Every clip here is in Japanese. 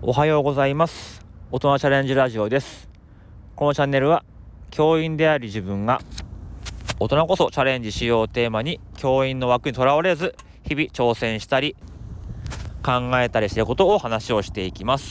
おはようございます。大人チャレンジラジオです。このチャンネルは教員であり自分が大人こそチャレンジしようをテーマに、教員の枠にとらわれず日々挑戦したり考えたりしていることを話をしていきます。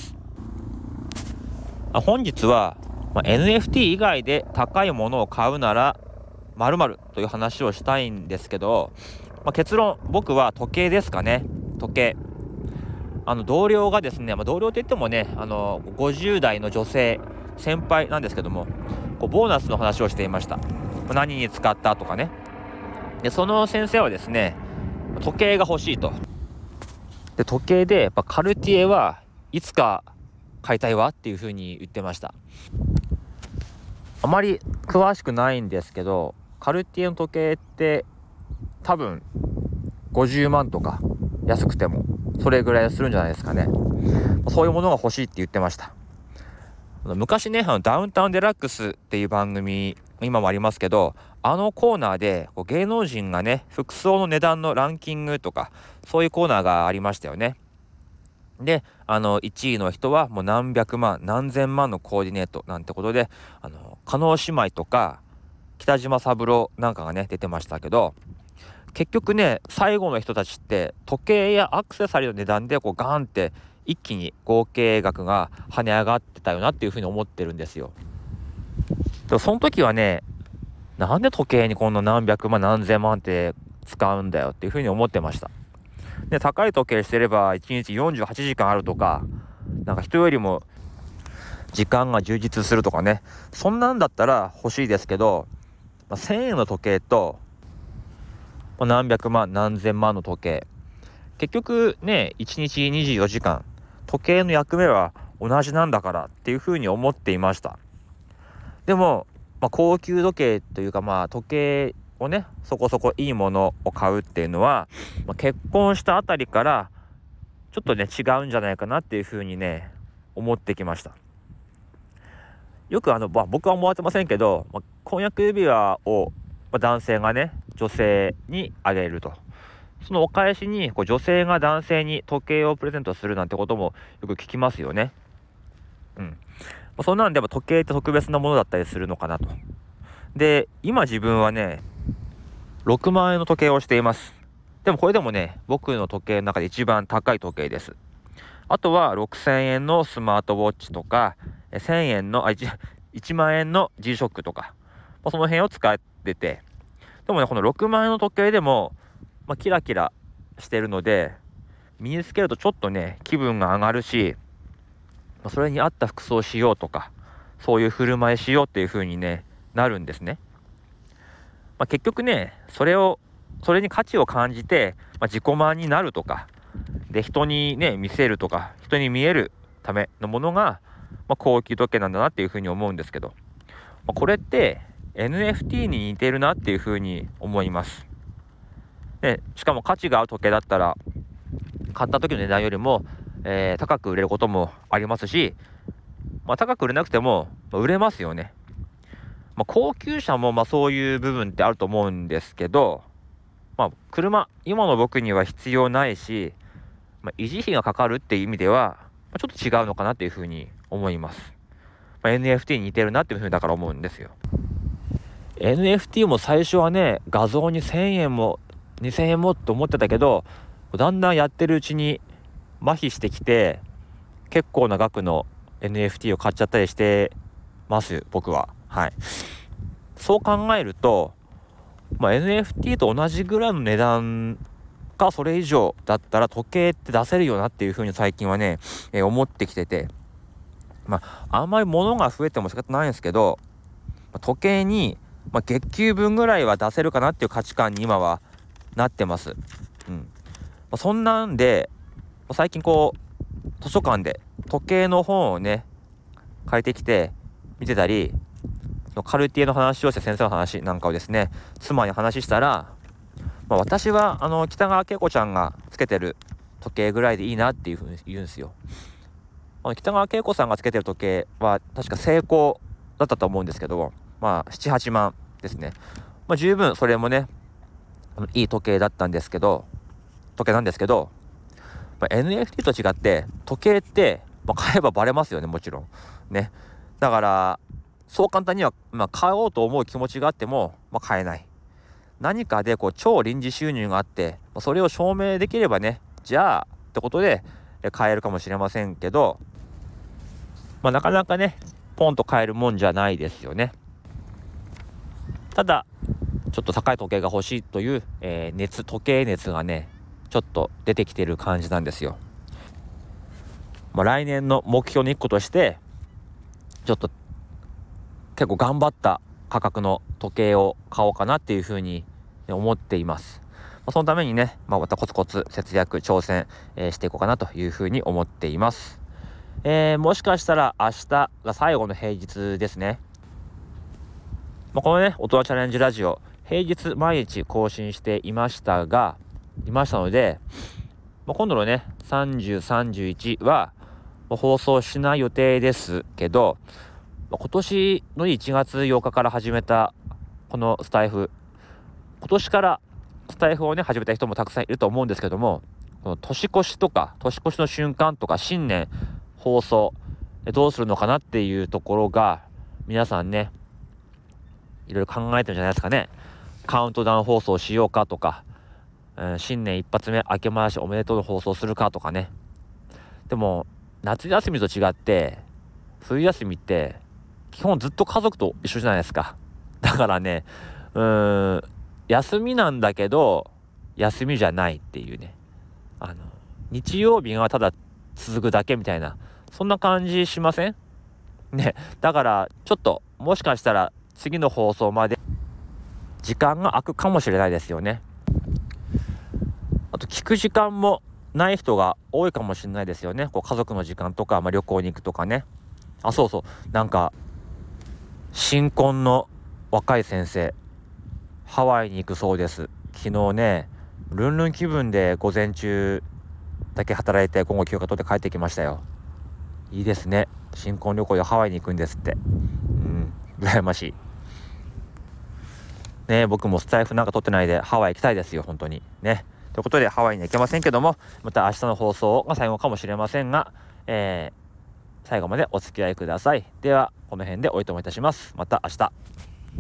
本日は、NFT 以外で高いものを買うなら〇〇という話をしたいんですけど、結論、僕は時計ですかね。時計、同僚がですね、同僚といってもね、50代の女性先輩なんですけども、ボーナスの話をしていました。何に使ったとかね。でその先生はですね、時計が欲しいと。で時計でやっぱカルティエはいつか買いたいわっていう風に言ってました。あまり詳しくないんですけど、カルティエの時計って多分50万とか、安くてもそれぐらいするんじゃないですかね。そういうものが欲しいって言ってました。昔ね、ダウンタウンデラックスっていう番組今もありますけど、あのコーナーで芸能人がね、服装の値段のランキングとか、そういうコーナーがありましたよね。で1位の人はもう何百万何千万のコーディネートなんてことで、叶姉妹とか北島三郎なんかがね出てましたけど、結局ね、最後の人たちって時計やアクセサリーの値段でガーンって一気に合計額が跳ね上がってたよなっていうふうに思ってるんですよ。でもその時はね、なんで時計にこんな何百万何千万って使うんだよっていうふうに思ってました。で高い時計してれば1日48時間あるとか、なんか人よりも時間が充実するとかね、そんなんだったら欲しいですけど、1000円の時計と何百万何千万の時計、結局ね、1日24時間時計の役目は同じなんだからっていうふうに思っていました。でも、高級時計というか、時計をね、そこそこいいものを買うっていうのは、結婚したあたりからちょっとね違うんじゃないかなっていうふうにね思ってきました。よく僕は思われてませんけど、婚約指輪を男性がね女性にあげると、そのお返しに女性が男性に時計をプレゼントするなんてこともよく聞きますよね。そんなんで時計って特別なものだったりするのかなと。で今自分はね6万円の時計をしています。でもこれでもね、僕の時計の中で一番高い時計です。あとは6000円のスマートウォッチとか1000円の1万円の G-SHOCK とか、その辺を使ってて、でもねこの6万円の時計でも、キラキラしてるので、身につけるとちょっとね気分が上がるし、それに合った服装をしようとか、そういう振る舞いしようっていう風にねなるんですね。結局ね、それに価値を感じて、自己満になるとかで、人にね見せるとか、人に見えるためのものが、高級時計なんだなっていう風に思うんですけど、これって NFT に似てるなっていう風に思います。でしかも価値がある時計だったら買った時の値段よりも、高く売れることもありますし、高く売れなくても売れますよね。高級車もそういう部分ってあると思うんですけど、車今の僕には必要ないし、維持費がかかるっていう意味では、ちょっと違うのかなっていうふうに思います。NFT に似てるなっていうふうにだから思うんですよ。NFT も最初はね、画像に1000円も2000円もって思ってたけど、だんだんやってるうちに麻痺してきて、結構な額の NFT を買っちゃったりしてます僕は。そう考えると、NFT と同じぐらいの値段かそれ以上だったら時計って出せるよなっていう風に最近はね、思ってきてて、あんまり物が増えても仕方ないんですけど、時計に、月給分ぐらいは出せるかなっていう価値観に今はなってます。そんなんで最近図書館で時計の本をね借りてきて見てたり、カルティエの話をして、先生の話なんかをですね妻に話したら、私は北川景子ちゃんがつけてる時計ぐらいでいいなっていうふうに言うんですよ。北川景子さんがつけてる時計は確か成功だったと思うんですけど、7、8万ですね。十分それもねいい時計なんですけど、NFT と違って時計って買えばバレますよね、もちろんね。だからそう簡単には、買おうと思う気持ちがあっても、買えない。何かで超臨時収入があって、それを証明できればね、じゃあってことで買えるかもしれませんけど、なかなかねポンと買えるもんじゃないですよね。ただちょっと高い時計が欲しいという、時計熱がねちょっと出てきてる感じなんですよ。来年の目標の一個としてちょっと結構頑張った価格の時計を買おうかなっていうふうに思っています。そのためにね、またコツコツ節約挑戦、していこうかなというふうに思っています。もしかしたら明日が最後の平日ですね。このね大人チャレンジラジオ平日毎日更新していましたので、今度のね30、31は放送しない予定ですけど、今年の1月8日から始めたこのスタイフ、今年からスタイフをね始めた人もたくさんいると思うんですけども、この年越しの瞬間とか新年放送どうするのかなっていうところが皆さんねいろいろ考えてるんじゃないですかね。カウントダウン放送しようかとか、新年一発目明けましておめでとうの放送するかとかね。でも夏休みと違って冬休みって基本ずっと家族と一緒じゃないですか。だからね休みなんだけど休みじゃないっていうね、日曜日がただ続くだけみたいな、そんな感じしませんね。だからちょっともしかしたら次の放送まで時間が空くかもしれないですよね。あと聞く時間もない人が多いかもしれないですよね。家族の時間とか、旅行に行くとかね。そうそう、なんか新婚の若い先生ハワイに行くそうです。昨日ねルンルン気分で午前中だけ働いて午後休暇取って帰ってきましたよ。いいですね。新婚旅行でハワイに行くんですって。羨ましいね。僕もスタイフなんか取ってないでハワイ行きたいですよ本当にね。ということでハワイには行けませんけども、また明日の放送が最後かもしれませんが、最後までお付き合いください。ではこの辺でおいともいたします。また明日。